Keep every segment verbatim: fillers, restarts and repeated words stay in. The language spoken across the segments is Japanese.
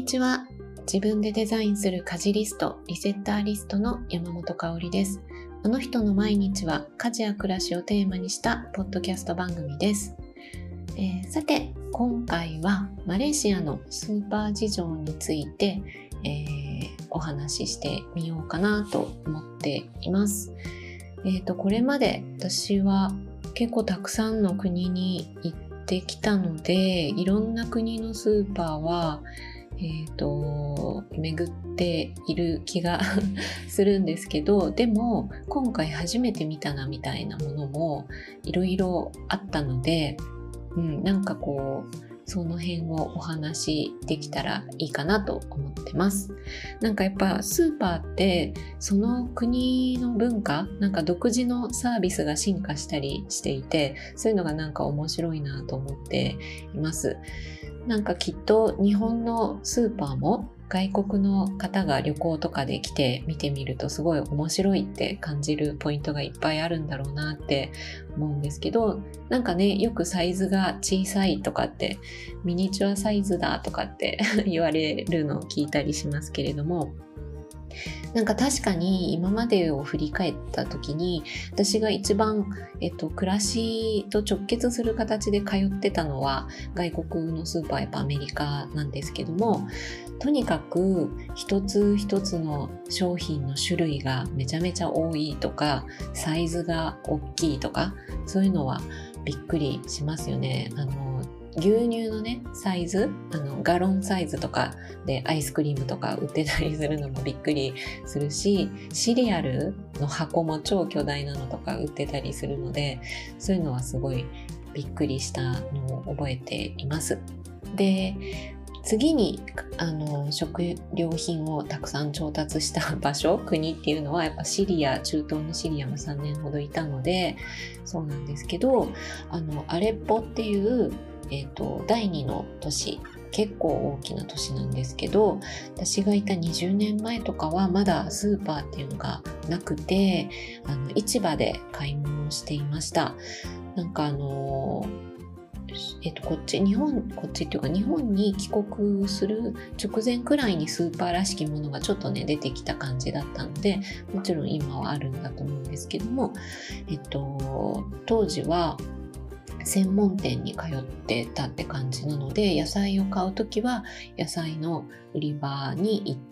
にちは。自分でデザインする家事リスト、リセッターリストの山本香織です。あの人の毎日は家事や暮らしをテーマにしたポッドキャスト番組です。えー、さて、今回はマレーシアのスーパー事情について、えー、お話ししてみようかなと思っています。えーと、これまで私は結構たくさんの国に行ってきたので、いろんな国のスーパーはえーと、巡っている気がするんですけど、でも今回初めて見たなみたいなものもいろいろあったので、うん、なんかこうその辺をお話できたらいいかなと思ってます。なんかやっぱスーパーってその国の文化、なんか独自のサービスが進化したりしていて、そういうのがなんか面白いなと思っています。なんかきっと日本のスーパーも外国の方が旅行とかで来て見てみるとすごい面白いって感じるポイントがいっぱいあるんだろうなって思うんですけど、なんかね、よくサイズが小さいとかってミニチュアサイズだとかって言われるのを聞いたりしますけれども、なんか確かに今までを振り返った時に私が一番、えっと、暮らしと直結する形で通ってたのは外国のスーパー、やっぱアメリカなんですけども、とにかく一つ一つの商品の種類がめちゃめちゃ多いとか、サイズが大きいとか、そういうのはびっくりしますよね。あの牛乳のねサイズ、あのガロンサイズとかでアイスクリームとか売ってたりするのもびっくりするし、シリアルの箱も超巨大なのとか売ってたりするので、そういうのはすごいびっくりしたのを覚えています。で、次にあの食料品をたくさん調達した場所、国っていうのはやっぱシリア、中東のシリアもさんねんほどいたのでそうなんですけど、あのアレッポっていうえーと、だいにの都市、結構大きな都市なんですけど、私がいたにじゅうねんまえとかはまだスーパーっていうのがなくて、あの市場で買い物をしていました。なんかあのえっと、こっち日本こっちっていうか日本に帰国する直前くらいにスーパーらしきものがちょっとね出てきた感じだったので、もちろん今はあるんだと思うんですけども、えっと、当時は専門店に通ってたって感じなので、野菜を買うときは野菜の売り場に行って、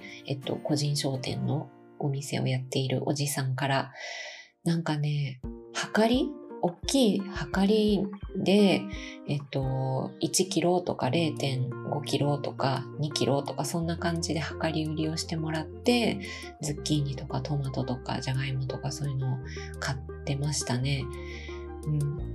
えっと、個人商店のお店をやっているおじさんからなんかね、量り大きい量りで、えっと、いちキロとか れいてんごキロとかにキロとかそんな感じで量り売りをしてもらって、ズッキーニとかトマトとかジャガイモとかそういうのを買ってましたね。うん、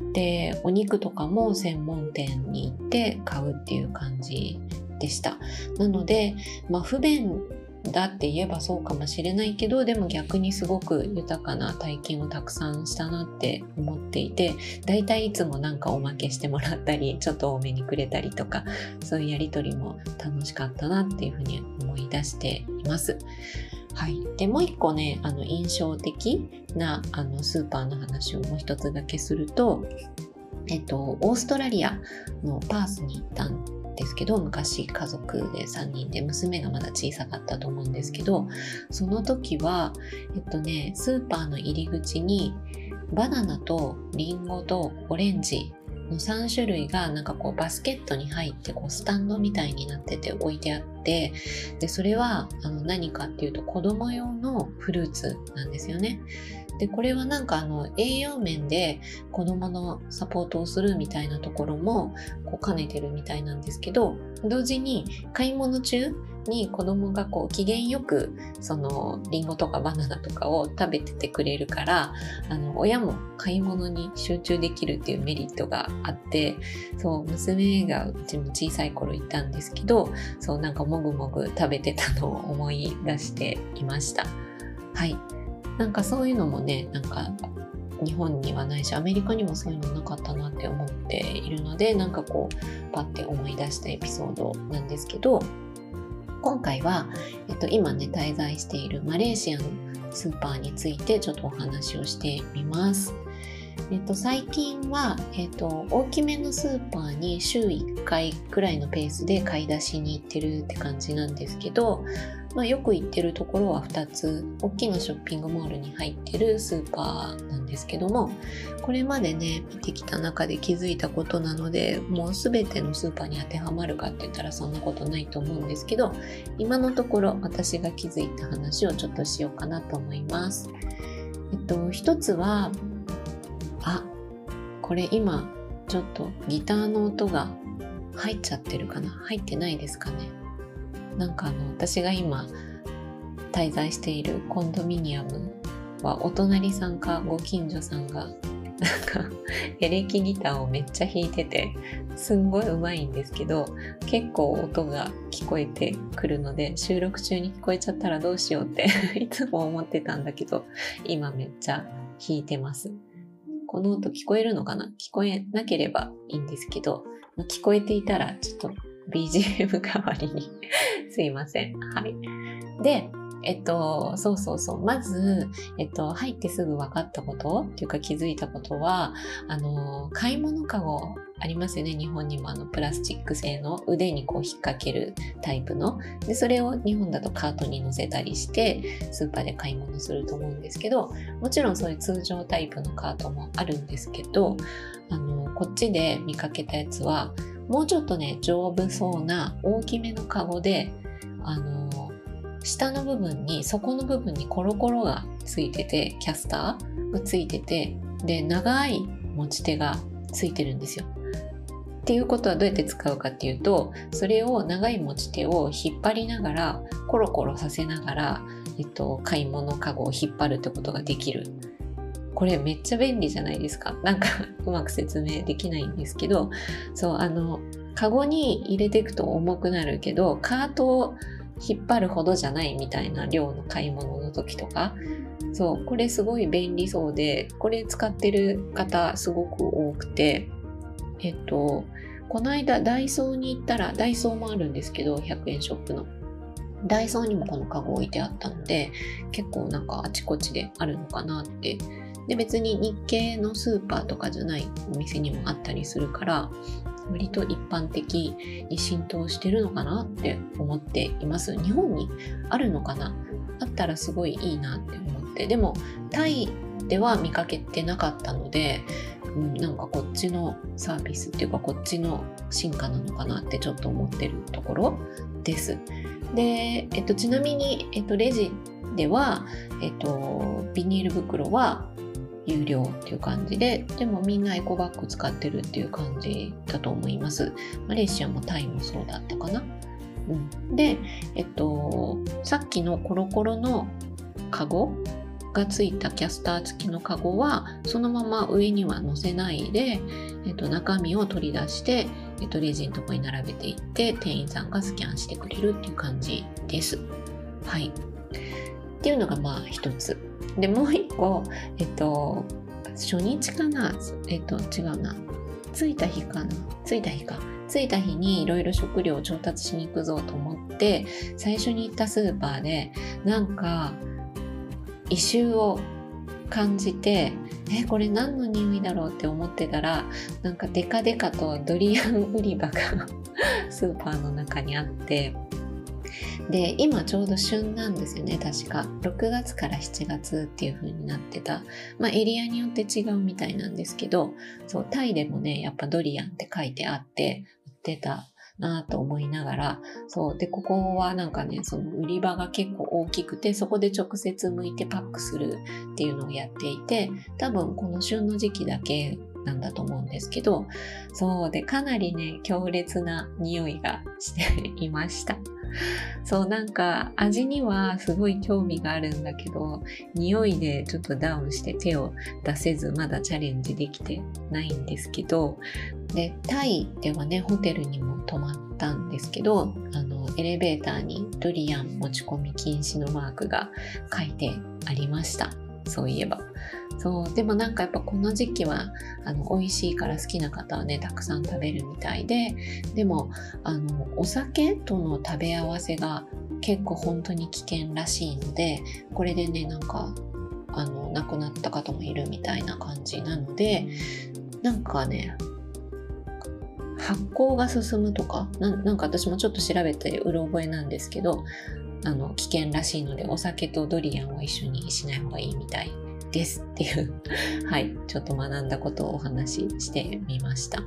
で、お肉とかも専門店に行って買うっていう感じでした。なので、まあ不便だって言えばそうかもしれないけど、でも逆にすごく豊かな体験をたくさんしたなって思っていて、だいたいいつもなんかおまけしてもらったり、ちょっと多めにくれたりとか、そういうやりとりも楽しかったなっていうふうに思い出しています。はい、でもう一個ね、あの印象的なあのスーパーの話をもう一つだけすると、えっと、オーストラリアのパースに行ったんですけど、昔家族でさんにんで、娘がまだ小さかったと思うんですけど、その時はえっとねスーパーの入り口にバナナとリンゴとオレンジのさんしゅるいがなんかこうバスケットに入ってこうスタンドみたいになってて置いてあって、でそれはあの何かっていうと子供用のフルーツなんですよね。でこれはなんかあの栄養面で子供のサポートをするみたいなところもこう兼ねてるみたいなんですけど、同時に買い物中に子供がこう機嫌よくそのリンゴとかバナナとかを食べててくれるから、あの親も買い物に集中できるっていうメリットがあって、そう娘がうちも小さい頃いたんですけど、そうなんかもぐもぐ食べてたのを思い出していました。はい、なんかそういうのもね、なんか日本にはないしアメリカにもそういうのなかったなって思っているので、なんかこうパッて思い出したエピソードなんですけど、今回は、えっと、今ね滞在しているマレーシアのスーパーについてちょっとお話をしてみます。 えっと、最近は、えっと、大きめのスーパーに週いっかいくらいのペースで買い出しに行ってるって感じなんですけど、まあ、よく行ってるところはふたつ、大きなショッピングモールに入ってるスーパーなんですけども、これまでね見てきた中で気づいたことなので、もう全てのスーパーに当てはまるかって言ったらそんなことないと思うんですけど、今のところ私が気づいた話をちょっとしようかなと思います。えっと一つは、あ、これ今ちょっとギターの音が入っちゃってるかな、入ってないですかね。なんかあの私が今滞在しているコンドミニアムはお隣さんかご近所さんがなんかエレキギターをめっちゃ弾いてて、すんごい上手いんですけど、結構音が聞こえてくるので、収録中に聞こえちゃったらどうしようっていつも思ってたんだけど、今めっちゃ弾いてます。この音聞こえるのかな？聞こえなければいいんですけど、聞こえていたらちょっと ビージーエム 代わりにすいません。はい。で、えっと、そうそうそう。まず、えっと、入ってすぐ分かったことっていうか気づいたことは、あの、買い物かごありますよね。日本にもあの、プラスチック製の腕にこう引っ掛けるタイプの。で、それを日本だとカートに乗せたりして、スーパーで買い物すると思うんですけど、もちろんそういう通常タイプのカートもあるんですけど、あの、こっちで見かけたやつは、もうちょっとね、丈夫そうな大きめのカゴで、あの、下の部分に、底の部分にコロコロがついてて、キャスターがついてて、で、長い持ち手がついてるんですよ。っていうことはどうやって使うかっていうと、それを長い持ち手を引っ張りながら、コロコロさせながら、えっと、買い物カゴを引っ張るってことができる。これめっちゃ便利じゃないですか。なんかうまく説明できないんですけど、そう、あの、カゴに入れていくと重くなるけど、カートを引っ張るほどじゃないみたいな量の買い物の時とか、そう、これすごい便利そうで、これ使ってる方すごく多くて、えっと、この間ダイソーに行ったら、ダイソーもあるんですけど、ひゃくえんショップの。ダイソーにもこのカゴ置いてあったので、結構なんかあちこちであるのかなって。で、別に日系のスーパーとかじゃないお店にもあったりするから、割と一般的に浸透してるのかなって思っています。日本にあるのかな？あったらすごいいいなって思って。でもタイでは見かけてなかったので、うん、なんかこっちのサービスっていうかこっちの進化なのかなってちょっと思ってるところです。で、えっと、ちなみに、えっと、レジでは、えっと、ビニール袋は有料っていう感じで、でもみんなエコバッグ使ってるっていう感じだと思います。マレーシアもタイもそうだったかな。うん、で、えっと、さっきのコロコロのカゴがついたキャスター付きのカゴは、そのまま上には乗せないで、えっと、中身を取り出して、えっと、レジのとこに並べていって、店員さんがスキャンしてくれるっていう感じです。はい。っていうのがまあ一つ。で、もう一個、えっと、初日かなえっと、違うな。着いた日かな着いた日か。着いた日にいろいろ食料を調達しに行くぞと思って、最初に行ったスーパーで、なんか、異臭を感じて、え、これ何の匂いだろうって思ってたら、なんかデカデカとドリアン売り場がスーパーの中にあって、で、今ちょうど旬なんですよね、確か。ろくがつからしちがつっていう風になってた。まあエリアによって違うみたいなんですけど、そう、タイでもね、やっぱドリアンって書いてあって、売ってたなと思いながら、そう。で、ここはなんかね、その売り場が結構大きくて、そこで直接剥いてパックするっていうのをやっていて、多分この旬の時期だけなんだと思うんですけど、そうで、かなりね、強烈な匂いがしていました。そう、なんか味にはすごい興味があるんだけど、匂いでちょっとダウンして手を出せず、まだチャレンジできてないんですけど、で、タイではね、ホテルにも泊まったんですけど、あの、エレベーターにドリアン持ち込み禁止のマークが書いてありました。そういえば。そう、でもなんかやっぱこの時期はあの美味しいから好きな方はねたくさん食べるみたいで、でもあのお酒との食べ合わせが結構本当に危険らしいので、これでねなんかあの亡くなった方もいるみたいな感じなので、なんかね発酵が進むとか な, なんか私もちょっと調べてうろ覚えなんですけど、あの危険らしいのでお酒とドリアンは一緒にしない方がいいみたいですっていうはいちょっと学んだことをお話ししてみました。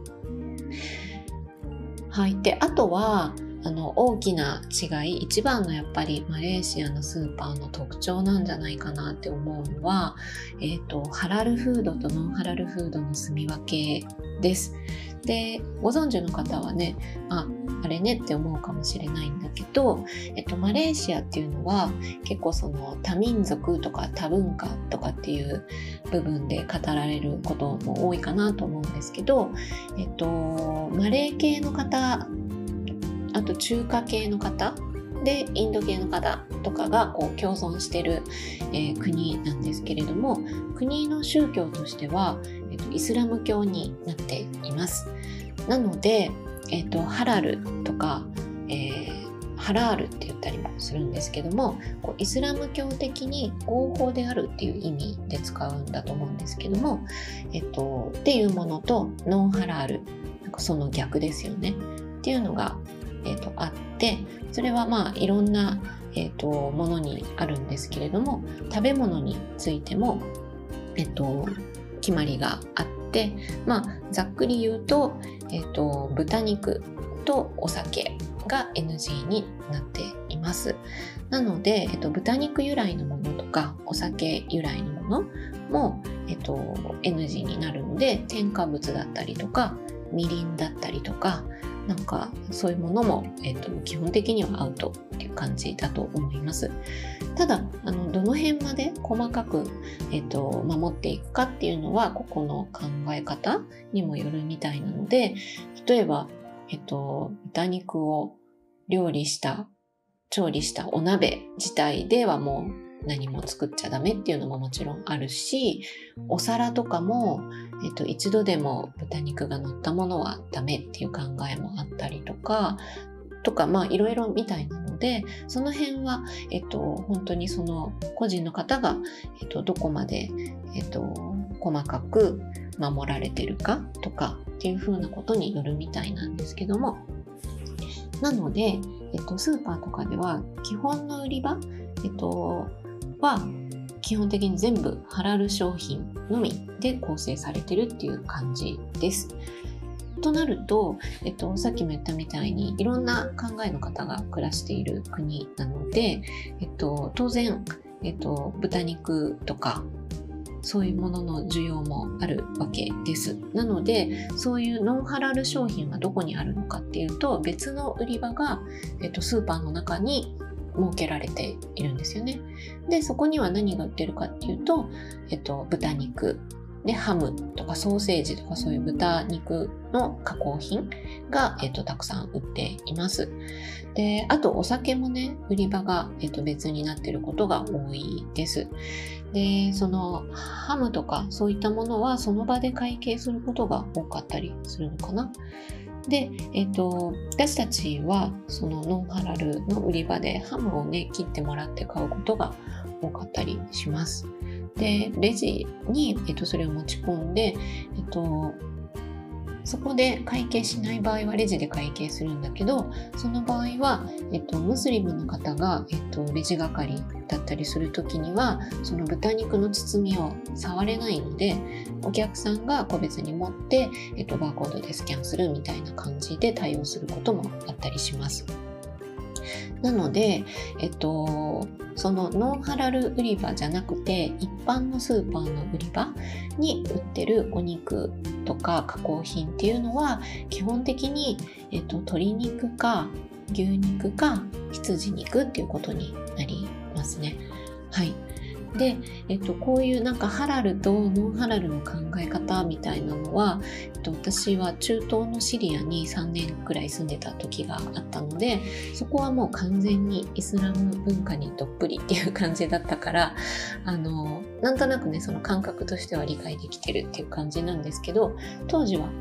はい、であとはあの大きな違い、一番のやっぱりマレーシアのスーパーの特徴なんじゃないかなって思うのは、えーと、ハラルフードとノンハラルフードの住み分けです。でご存知の方はね、あ、あれねって思うかもしれないんだけど、えっと、マレーシアっていうのは結構その多民族とか多文化とかっていう部分で語られることも多いかなと思うんですけど、えっと、マレー系の方、あと中華系の方でインド系の方とかがこう共存している、えー、国なんですけれども、国の宗教としては、えっと、イスラム教になっています。なので、えっと、ハラルとか、えー、ハラールって言ったりもするんですけども、こうイスラム教的に合法であるっていう意味で使うんだと思うんですけども、えっと、っていうものとノンハラール、なんかその逆ですよねっていうのが、えっと、あって、それはまあいろんな、えっと、ものにあるんですけれども、食べ物についても、えっと、決まりがあって、まあ、ざっくり言うと、えっと、豚肉とお酒が エヌジー になっています。なので、えっと、豚肉由来のものとかお酒由来のものも、えっと、エヌジー になるので、添加物だったりとかみりんだったりとか、なんかそういうものも、えっと、基本的にはアウトっていう感じだと思います。ただ、あのどの辺まで細かく、えっと、守っていくかっていうのは個々の考え方にもよるみたいなので、例えば、えっと、豚肉を料理した調理したお鍋自体ではもう何も作っちゃダメっていうのももちろんあるし、お皿とかも、えっと、一度でも豚肉が乗ったものはダメっていう考えもあったりとかとか、まあいろいろみたいなので、その辺は、えっと、本当にその個人の方が、えっと、どこまで、えっと、細かく守られてるかとかっていう風なことによるみたいなんですけども、なので、えっと、スーパーとかでは基本の売り場、えっと、は基本的に全部ハラル商品のみで構成されてるっていう感じです。となると、えっと、さっきも言ったみたいにいろんな考えの方が暮らしている国なので、えっと、当然、えっと、豚肉とかそういうものの需要もあるわけです。なので、そういうノンハラル商品はどこにあるのかっていうと、別の売り場が、えっと、スーパーの中に設けられているんですよね。で、そこには何が売ってるかっていうと、えっと、豚肉でハムとかソーセージとかそういう豚肉の加工品が、えっと、たくさん売っています。で、あとお酒もね、売り場が、えっと、別になっていることが多いです。で、そのハムとかそういったものはその場で会計することが多かったりするのかな。で、えっと、私たちはそのノンハラルの売り場でハムをね、切ってもらって買うことが多かったりします。で、レジに、えっと、それを持ち込んで、えっと、そこで会計しない場合はレジで会計するんだけど、その場合は、えっと、ムスリムの方が、えっと、レジ係だったりするときには、その豚肉の包みを触れないので、お客さんが個別に持って、えっと、バーコードでスキャンするみたいな感じで対応することもあったりします。なので、えっと、そのノンハラル売り場じゃなくて一般のスーパーの売り場に売ってるお肉とか加工品っていうのは基本的に、えっと、鶏肉か牛肉か羊肉っていうことになりますね。はい。で、えっと、こういうなんかハラルとノンハラルの考え方みたいなのは、えっと、私は中東のシリアにさんねんくらい住んでた時があったので、そこはもう完全にイスラム文化にどっぷりっていう感じだったから、あのなんとなくねその感覚としては理解できてるっていう感じなんですけど、当時は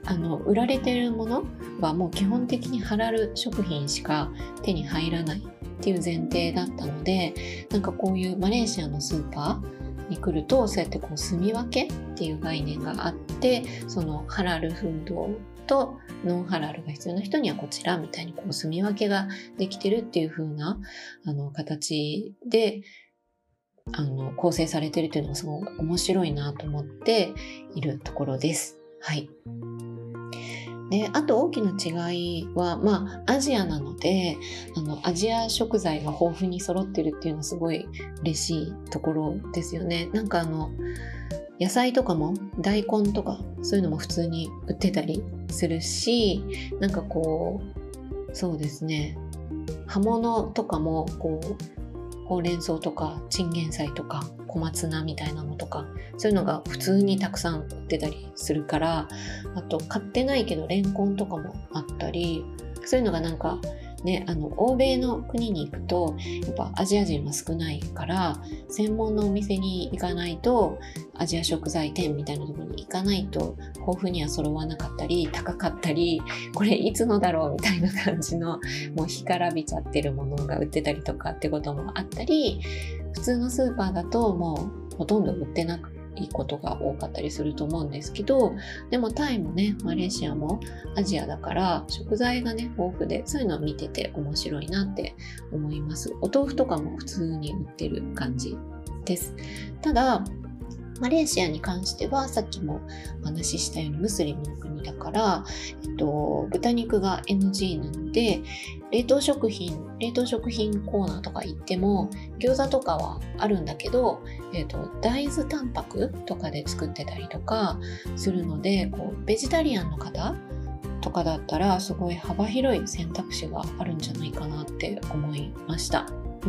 あの売られてるものはもう基本的にハラル食品しか手に入らないっていう前提だったので、なんかこういうマレーシアのスーパーに来るとそうやってこう住み分けっていう概念があって、そのハラルフードとノンハラルが必要な人にはこちらみたいにこう住み分けができてるっていう風なあの形であの構成されてるっていうのがすごく面白いなと思っているところです。はい。で、あと大きな違いは、まあアジアなので、あのアジア食材が豊富に揃ってるっていうのはすごい嬉しいところですよね。なんかあの野菜とかも大根とかそういうのも普通に売ってたりするし、なんかこうそうですね、葉物とかもこうほうれん草とかチンゲン菜とか小松菜みたいなのとかそういうのが普通にたくさん売ってたりするから、あと買ってないけどレンコンとかもあったり、そういうのがなんかね、あの欧米の国に行くとやっぱアジア人は少ないから専門のお店に行かないと、アジア食材店みたいなところに行かないと豊富には揃わなかったり高かったり、これいつのだろうみたいな感じのもう干からびちゃってるものが売ってたりとかってこともあったり、普通のスーパーだともうほとんど売ってなくいいことが多かったりすると思うんですけど、でもタイもねマレーシアもアジアだから食材がね豊富で、そういうのを見てて面白いなって思います。お豆腐とかも普通に売ってる感じです。ただマレーシアに関してはさっきもお話ししたようにムスリムの国だから、えっと、豚肉が エヌジー なので冷凍食品冷凍食品コーナーとか行っても餃子とかはあるんだけど、えっと、大豆タンパクとかで作ってたりとかするので、こうベジタリアンの方とかだったらすごい幅広い選択肢があるんじゃないかなって思いました。うん、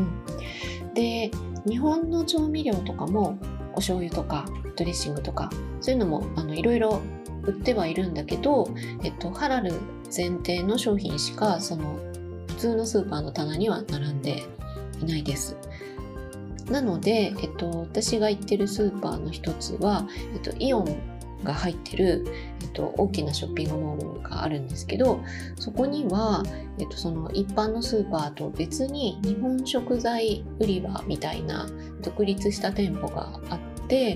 で日本の調味料とかもお醤油とかドレッシングとかそういうのもあのいろいろ売ってはいるんだけど、えっと、ハラル前提の商品しかその普通のスーパーの棚には並んでいないです。なので、えっと、私が行ってるスーパーの一つは、えっと、イオンが入ってる、えっと、大きなショッピングモールがあるんですけど、そこには、えっと、その一般のスーパーと別に日本食材売り場みたいな独立した店舗があって、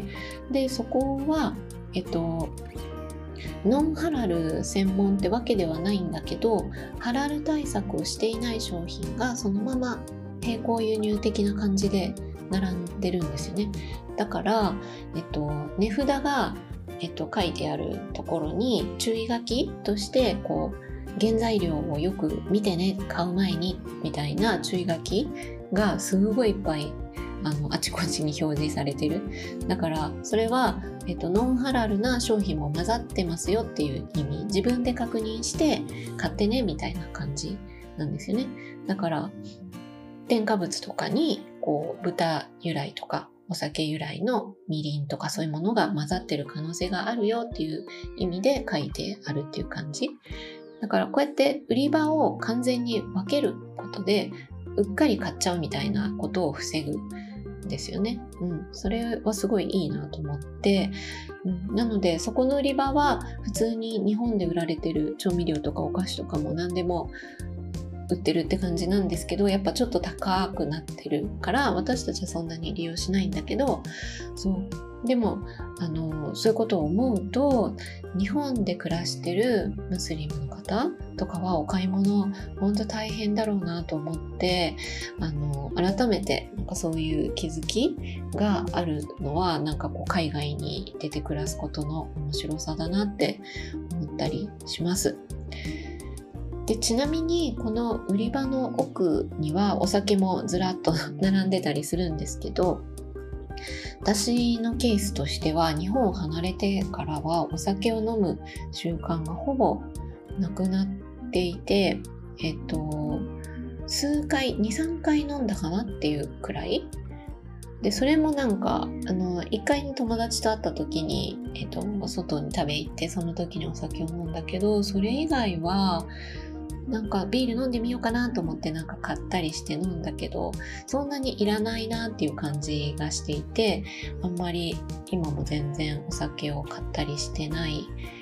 でそこは、えっと、ノンハラル専門ってわけではないんだけど、ハラル対策をしていない商品がそのまま並行輸入的な感じで並んでるんですよね。だから、えっと、値札がえっと、書いてあるところに注意書きとしてこう原材料をよく見てね、買う前にみたいな注意書きがすごいいっぱいあのあちこちに表示されてる。だからそれは、えっと、ノンハラルな商品も混ざってますよっていう意味、自分で確認して買ってねみたいな感じなんですよね。だから添加物とかにこう豚由来とかお酒由来のみりんとかそういうものが混ざってる可能性があるよっていう意味で書いてあるっていう感じ。だからこうやって売り場を完全に分けることでうっかり買っちゃうみたいなことを防ぐんですよね。うん、それはすごいいいなと思って、うん、なのでそこの売り場は普通に日本で売られてる調味料とかお菓子とかも何でも売ってるって感じなんですけど、やっぱちょっと高くなってるから私たちはそんなに利用しないんだけど、そうでもあのそういうことを思うと、日本で暮らしてるムスリムの方とかはお買い物本当大変だろうなと思って、あの改めてなんかそういう気づきがあるのはなんかこう海外に出て暮らすことの面白さだなって思ったりします。でちなみにこの売り場の奥にはお酒もずらっと並んでたりするんですけど、私のケースとしては日本を離れてからはお酒を飲む習慣がほぼなくなっていて、えっと数回 にさんかい飲んだかなっていうくらいで、それもなんかあのいっかいに友達と会った時に、えっと、外に食べ行ってその時にお酒を飲んだけど、それ以外はなんかビール飲んでみようかなと思ってなんか買ったりして飲んだけど、そんなにいらないなっていう感じがしていて、あんまり今も全然お酒を買ったりしてない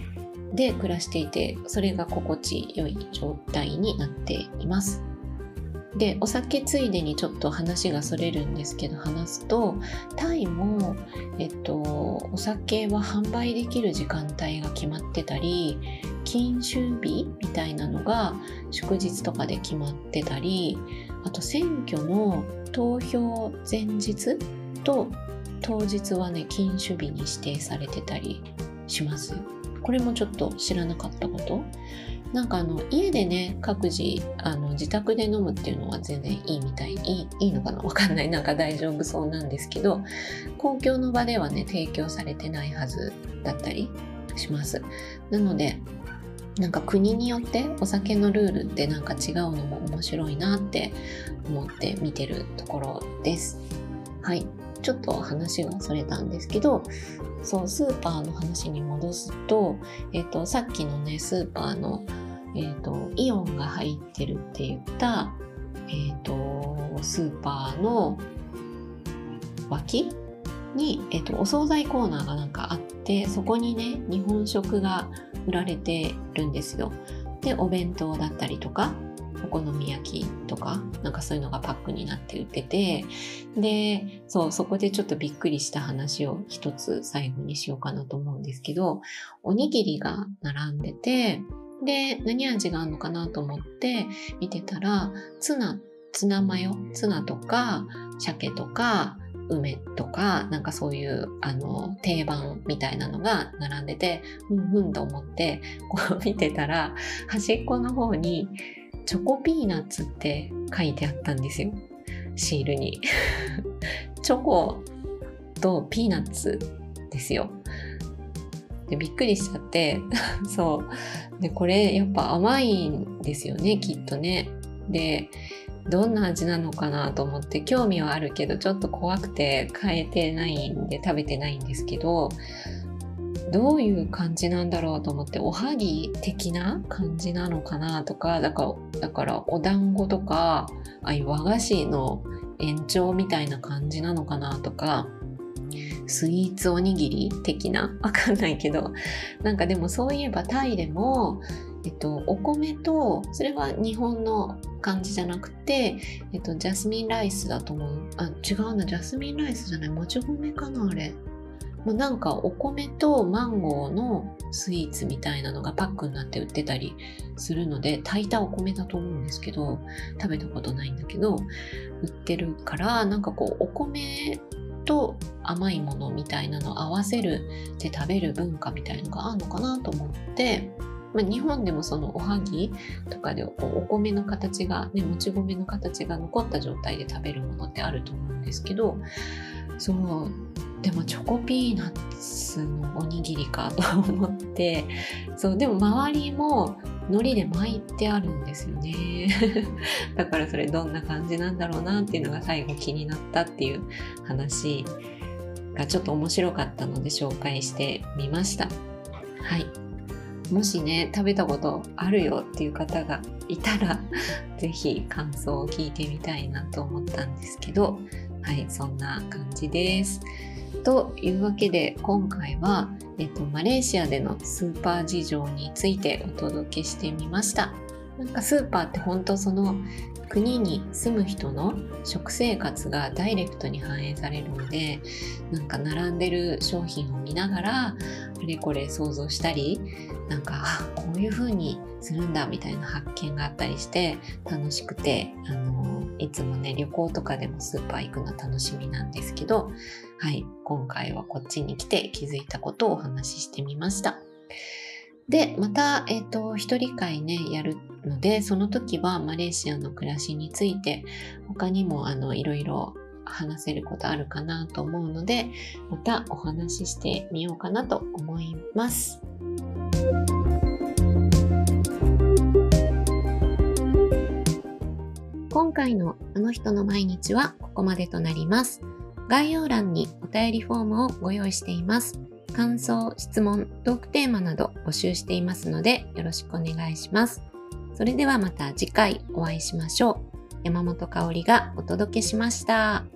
で暮らしていて、それが心地よい状態になっています。で、お酒ついでにちょっと話がそれるんですけど、話すと、タイも、えっと、お酒は販売できる時間帯が決まってたり、禁酒日みたいなのが祝日とかで決まってたり、あと選挙の投票前日と当日はね、禁酒日に指定されてたりします。これもちょっと知らなかったこと。なんかあの家でね、各自あの自宅で飲むっていうのは全然いいみたい、いい、いいのかな、わかんない、なんか大丈夫そうなんですけど、公共の場ではね提供されてないはずだったりします。なのでなんか国によってお酒のルールってなんか違うのも面白いなって思って見てるところです。はい、ちょっと話がそれたんですけど、そうスーパーの話に戻すと、えーと、さっきのねスーパーの、えーと、イオンが入ってるって言った、えーと、スーパーの脇に、えーと、お惣菜コーナーがなんかあって、そこにね日本食が売られてるんですよ。で、お弁当だったりとかお好み焼きとかなんかそういうのがパックになって売ってて、で、そう、そこでちょっとびっくりした話を一つ最後にしようかなと思うんですけど、おにぎりが並んでて、で、何味があるのかなと思って見てたら、ツナ、ツナマヨ、ツナとか鮭とか梅とかなんかそういうあの定番みたいなのが並んでて、うんうんと思ってこう見てたら、端っこの方にチョコピーナッツって書いてあったんですよ、シールに。チョコとピーナッツですよ。で、びっくりしちゃってそうで、これやっぱ甘いんですよね、きっとね。で、どんな味なのかなと思って興味はあるけどちょっと怖くて買えてないんで食べてないんですけど、どういう感じなんだろうと思って、おはぎ的な感じなのかなとか、だからだからお団子とかああいう和菓子の延長みたいな感じなのかなとか、スイーツおにぎり的な、わかんないけど、なんかでもそういえばタイでもえっとお米と、それは日本の感じじゃなくて、えっとジャスミンライスだと思う。あ、違うな、ジャスミンライスじゃない、もち米かなあれ。まあ、なんかお米とマンゴーのスイーツみたいなのがパックになって売ってたりするので、炊いたお米だと思うんですけど、食べたことないんだけど売ってるから、なんかこうお米と甘いものみたいなのを合わせるで食べる文化みたいのがあるのかなと思って、まあ、日本でもそのおはぎとかでこうお米の形がね、もち米の形が残った状態で食べるものってあると思うんですけど、そうでもチョコピーナッツのおにぎりかと思って、そうでも周りも海苔で巻いてあるんですよね。だからそれどんな感じなんだろうなっていうのが最後気になったっていう話がちょっと面白かったので紹介してみました。はい。もしね、食べたことあるよっていう方がいたら、ぜひ感想を聞いてみたいなと思ったんですけど、はい、そんな感じです。というわけで今回は、えっと、マレーシアでのスーパー事情についてお届けしてみました。なんかスーパーって本当その国に住む人の食生活がダイレクトに反映されるので、なんか並んでる商品を見ながらあれこれ想像したり、なんかこういう風にするんだみたいな発見があったりして楽しくて、あのいつもね旅行とかでもスーパー行くの楽しみなんですけど、はい、今回はこっちに来て気づいたことをお話ししてみました。で、また、えっと、一人会ね、やるので、その時はマレーシアの暮らしについて、他にもあのいろいろ話せることあるかなと思うので、またお話ししてみようかなと思います。今回のあの人の毎日はここまでとなります。概要欄にお便りフォームをご用意しています。感想、質問、トークテーマなど募集していますのでよろしくお願いします。それではまた次回お会いしましょう。山本香織がお届けしました。